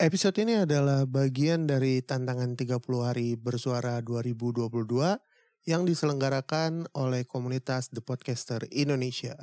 Episode ini adalah bagian dari tantangan 30 hari bersuara 2022 yang diselenggarakan oleh komunitas The Podcaster Indonesia.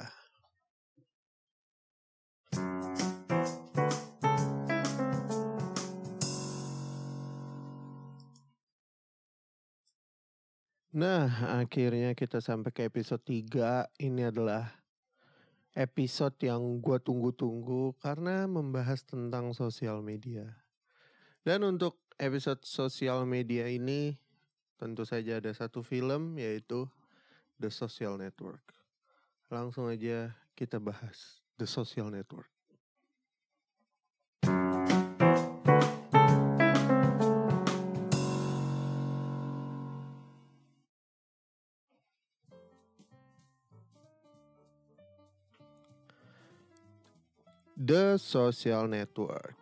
Nah, akhirnya kita sampai ke episode 3. Ini adalah episode yang gue tunggu-tunggu karena membahas tentang sosial media. Dan untuk episode sosial media ini tentu saja ada satu film, yaitu The Social Network. Langsung aja kita bahas The Social Network. The Social Network,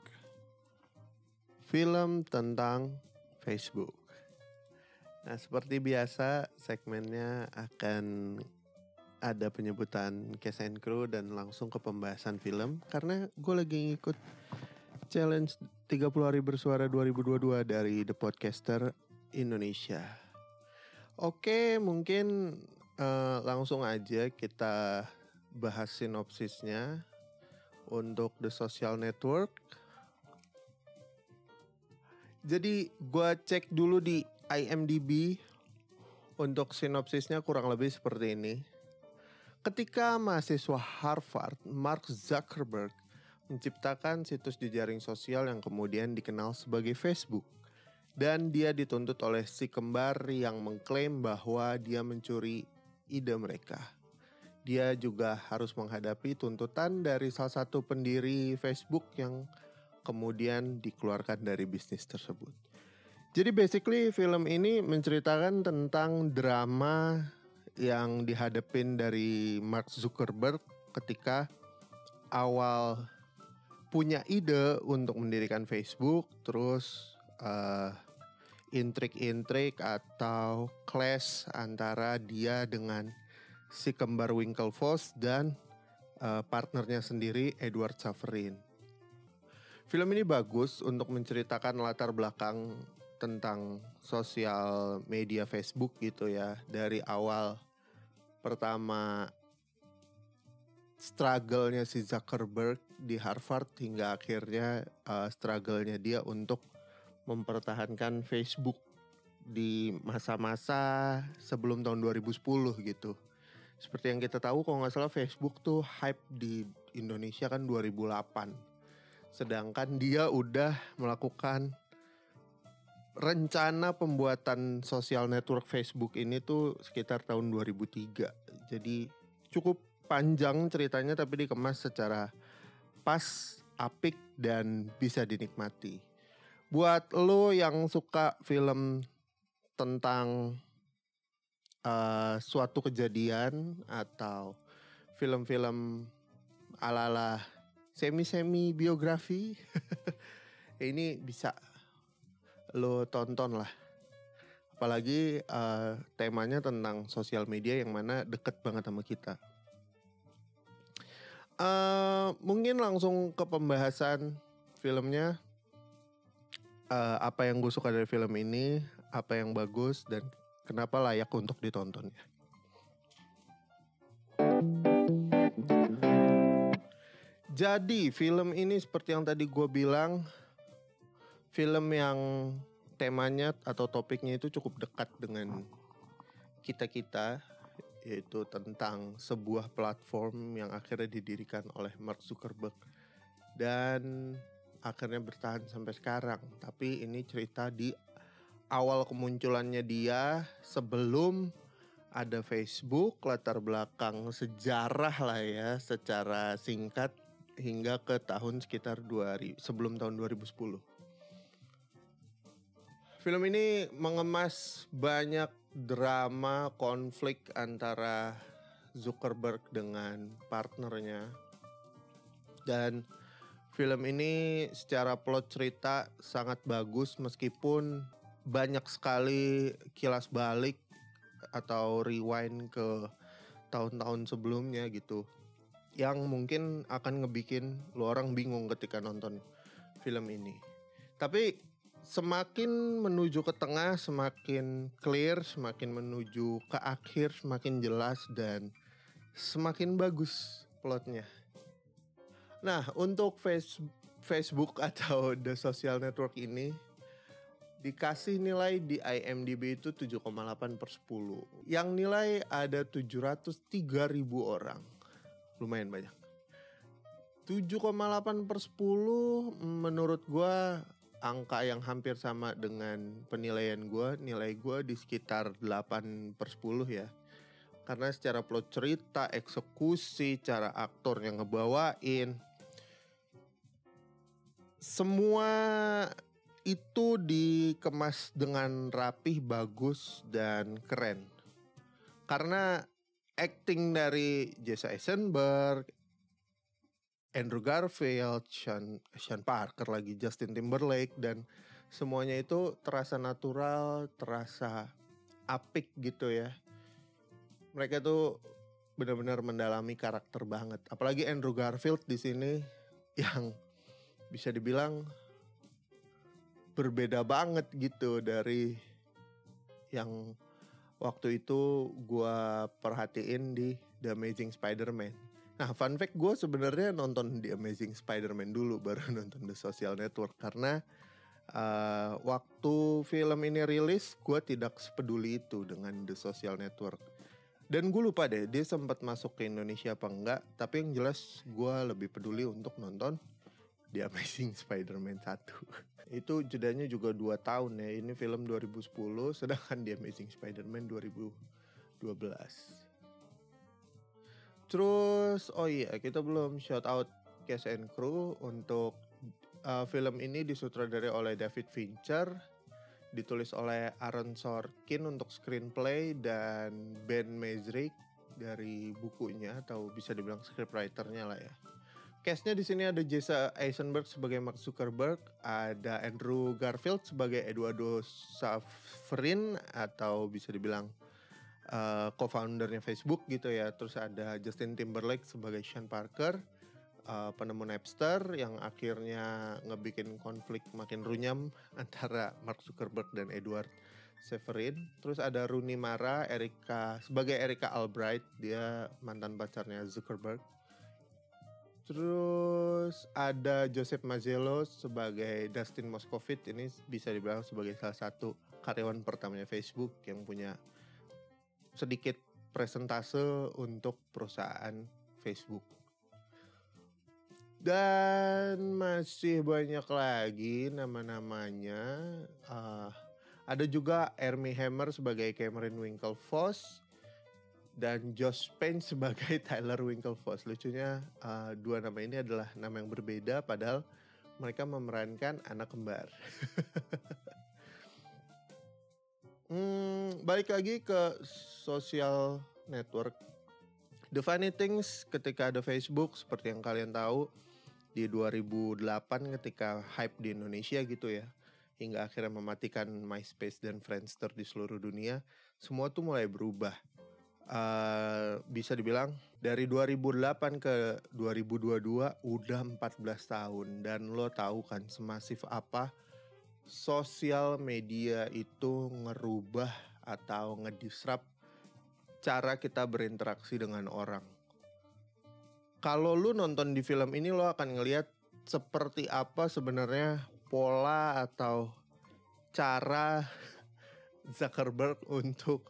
film tentang Facebook. Nah, seperti biasa segmennya akan ada penyebutan cast and crew dan langsung ke pembahasan film. Karena gue lagi ngikut challenge 30 hari bersuara 2022 dari The Podcaster Indonesia. Oke, mungkin langsung aja kita bahas sinopsisnya. Untuk The Social Network, jadi gue cek dulu di IMDb. Untuk sinopsisnya kurang lebih seperti ini. Ketika mahasiswa Harvard, Mark Zuckerberg, menciptakan situs jejaring sosial yang kemudian dikenal sebagai Facebook. Dan dia dituntut oleh si kembar yang mengklaim bahwa dia mencuri ide mereka. Dia juga harus menghadapi tuntutan dari salah satu pendiri Facebook yang kemudian dikeluarkan dari bisnis tersebut. Jadi basically film ini menceritakan tentang drama yang dihadapin dari Mark Zuckerberg ketika awal punya ide untuk mendirikan Facebook, terus intrik-intrik atau clash antara dia dengan si kembar Winklevoss dan partnernya sendiri Edward Safrin. Film ini bagus untuk menceritakan latar belakang tentang sosial media Facebook gitu ya. Dari awal pertama struggle-nya si Zuckerberg di Harvard hingga akhirnya struggle-nya dia untuk mempertahankan Facebook di masa-masa sebelum tahun 2010 gitu. Seperti yang kita tahu, kalau nggak salah Facebook tuh hype di Indonesia kan 2008. Sedangkan dia udah melakukan rencana pembuatan social network Facebook ini tuh sekitar tahun 2003. Jadi cukup panjang ceritanya tapi dikemas secara pas, apik, dan bisa dinikmati. Buat lo yang suka film tentang suatu kejadian atau film-film ala-ala semi-semi biografi ini bisa lo tonton lah. Apalagi temanya tentang sosial media yang mana deket banget sama kita. Mungkin langsung ke pembahasan filmnya. Apa yang gue suka dari film ini, apa yang bagus, dan kenapa layak untuk ditonton ya. Jadi film ini seperti yang tadi gue bilang, film yang temanya atau topiknya itu cukup dekat dengan kita-kita, yaitu tentang sebuah platform yang akhirnya didirikan oleh Mark Zuckerberg dan akhirnya bertahan sampai sekarang. Tapi ini cerita di awal kemunculannya dia sebelum ada Facebook, latar belakang sejarah lah ya secara singkat hingga ke tahun sekitar sebelum tahun 2010. Film ini mengemas banyak drama konflik antara Zuckerberg dengan partnernya. Dan film ini secara plot cerita sangat bagus meskipun banyak sekali kilas balik atau rewind ke tahun-tahun sebelumnya gitu. Yang mungkin akan ngebikin lo orang bingung ketika nonton film ini. Tapi semakin menuju ke tengah, semakin clear, semakin menuju ke akhir, semakin jelas dan semakin bagus plotnya. Nah, untuk Facebook atau The Social Network ini dikasih nilai di IMDb itu 7,8/10. Yang nilai ada 703.000 orang. Lumayan banyak. 7,8/10 menurut gue angka yang hampir sama dengan penilaian gue. Nilai gue di sekitar 8/10 ya. Karena secara plot cerita, eksekusi, cara aktor yang ngebawain, semua itu dikemas dengan rapih, bagus, dan keren. Karena acting dari Jesse Eisenberg, Andrew Garfield, Sean Parker lagi, Justin Timberlake, dan semuanya itu terasa natural, terasa apik gitu ya. Mereka tuh benar-benar mendalami karakter banget. Apalagi Andrew Garfield di sini yang bisa dibilang berbeda banget gitu dari yang waktu itu gue perhatiin di The Amazing Spider-Man. Nah, fun fact, gue sebenarnya nonton The Amazing Spider-Man dulu baru nonton The Social Network. Karena waktu film ini rilis, gue tidak sepeduli itu dengan The Social Network. Dan gue lupa deh dia sempat masuk ke Indonesia apa enggak. Tapi yang jelas gue lebih peduli untuk nonton The Amazing Spider-Man 1. Itu jedanya juga 2 tahun ya. Ini film 2010, sedangkan The Amazing Spider-Man 2012. Terus, oh iya, kita belum shout out cast and crew. Untuk film ini disutradarai oleh David Fincher, ditulis oleh Aaron Sorkin untuk screenplay, dan Ben Mezrich dari bukunya atau bisa dibilang scriptwriter-nya lah ya. Castnya di sini ada Jesse Eisenberg sebagai Mark Zuckerberg, ada Andrew Garfield sebagai Eduardo Saverin atau bisa dibilang co-foundernya Facebook gitu ya. Terus ada Justin Timberlake sebagai Sean Parker, penemu Napster yang akhirnya ngebikin konflik makin runyam antara Mark Zuckerberg dan Edward Severin. Terus ada Rooney Mara sebagai Erica Albright, dia mantan pacarnya Zuckerberg. Terus ada Joseph Mazzello sebagai Dustin Moskovitz, ini bisa dibilang sebagai salah satu karyawan pertamanya Facebook yang punya sedikit presentase untuk perusahaan Facebook. Dan masih banyak lagi nama-namanya. Ada juga Armie Hammer sebagai Cameron Winklevoss dan Josh Payne sebagai Tyler Winklevoss. Lucunya dua nama ini adalah nama yang berbeda padahal mereka memerankan anak kembar. Balik lagi ke social network. The funny things ketika ada Facebook, seperti yang kalian tahu, di 2008 ketika hype di Indonesia gitu ya, hingga akhirnya mematikan MySpace dan Friendster di seluruh dunia, semua tuh mulai berubah. Bisa dibilang dari 2008 ke 2022 udah 14 tahun. Dan lo tahu kan semasif apa sosial media itu ngerubah atau ngedisrupt cara kita berinteraksi dengan orang. Kalau lu nonton di film ini, lo akan ngelihat seperti apa sebenarnya pola atau cara Zuckerberg untuk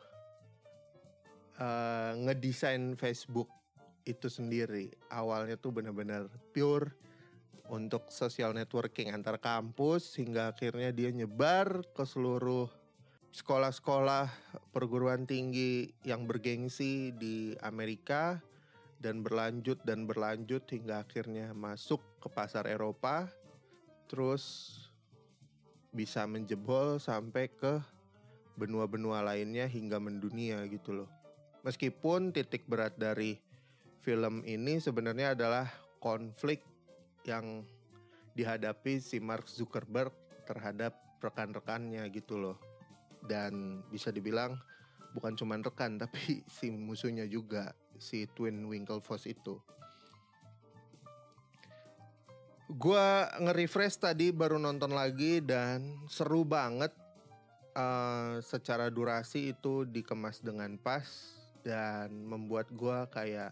ngedesain Facebook itu sendiri. Awalnya tuh benar-benar pure untuk social networking antar kampus, hingga akhirnya dia nyebar ke seluruh sekolah-sekolah perguruan tinggi yang bergengsi di Amerika, dan berlanjut hingga akhirnya masuk ke pasar Eropa, terus bisa menjebol sampai ke benua-benua lainnya hingga mendunia gitu loh. Meskipun titik berat dari film ini sebenarnya adalah konflik yang dihadapi si Mark Zuckerberg terhadap rekan-rekannya gitu loh. Dan bisa dibilang bukan cuma rekan tapi si musuhnya juga, si Twin Winklevoss itu. Gua nge-refresh tadi, baru nonton lagi dan seru banget. Secara durasi itu dikemas dengan pas dan membuat gua kayak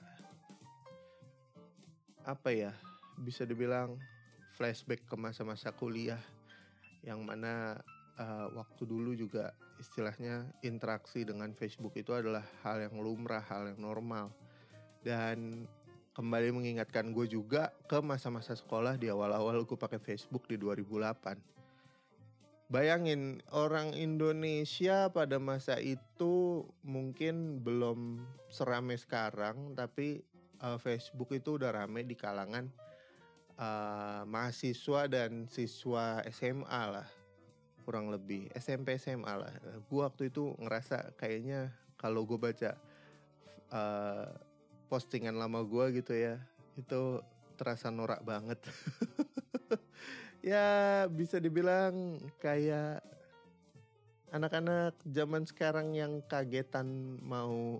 apa ya, bisa dibilang flashback ke masa-masa kuliah yang mana waktu dulu juga istilahnya interaksi dengan Facebook itu adalah hal yang lumrah, hal yang normal, dan kembali mengingatkan gue juga ke masa-masa sekolah di awal-awal gue pakai Facebook di 2008. Bayangin, orang Indonesia pada masa itu mungkin belum seramai sekarang, tapi Facebook itu udah rame di kalangan mahasiswa dan siswa SMA lah, kurang lebih SMP SMA lah. Gue waktu itu ngerasa kayaknya kalau gue baca postingan lama gue gitu ya, itu terasa norak banget. Ya bisa dibilang kayak anak-anak zaman sekarang yang kagetan mau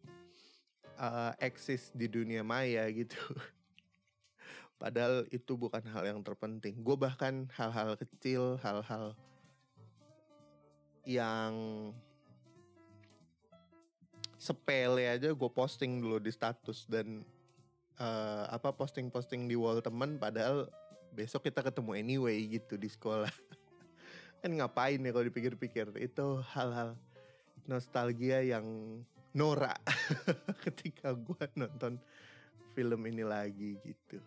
eksis di dunia maya gitu. Padahal itu bukan hal yang terpenting. Gue bahkan hal-hal kecil, hal-hal yang sepele aja gue posting dulu di status dan posting-posting di wall temen, padahal besok kita ketemu anyway gitu di sekolah. Kan ngapain ya kalau dipikir-pikir. Itu hal-hal nostalgia yang norak ketika gue nonton film ini lagi gitu.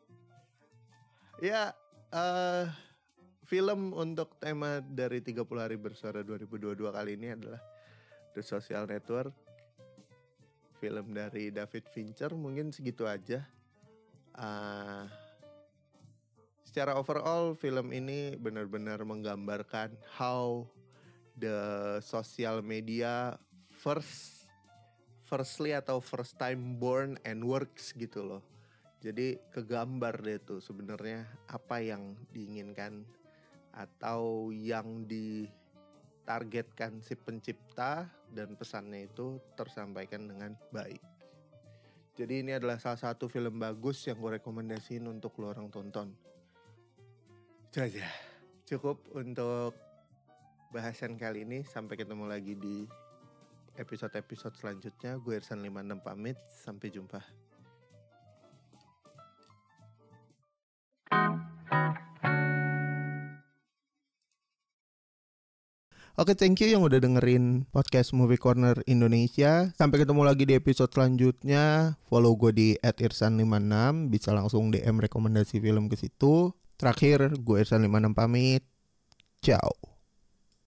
Ya, film untuk tema dari 30 Hari Bersuara 2022 kali ini adalah The Social Network. Film dari David Fincher, mungkin segitu aja. Secara overall film ini benar-benar menggambarkan how the social media firstly atau first time born and works gitu loh. Jadi kegambar deh tuh sebenarnya apa yang diinginkan atau yang ditargetkan si pencipta, dan pesannya itu tersampaikan dengan baik. Jadi ini adalah salah satu film bagus yang gue rekomendasiin untuk lo orang tonton. Itu aja, cukup untuk bahasan kali ini. Sampai ketemu lagi di episode-episode selanjutnya. Gue Irsan 56 pamit, sampai jumpa. Oke, thank you yang udah dengerin podcast Movie Corner Indonesia. Sampai ketemu lagi di episode selanjutnya. Follow gue di @irsan56, bisa langsung DM rekomendasi film ke situ. Terakhir, gue Irsan56 pamit. Ciao.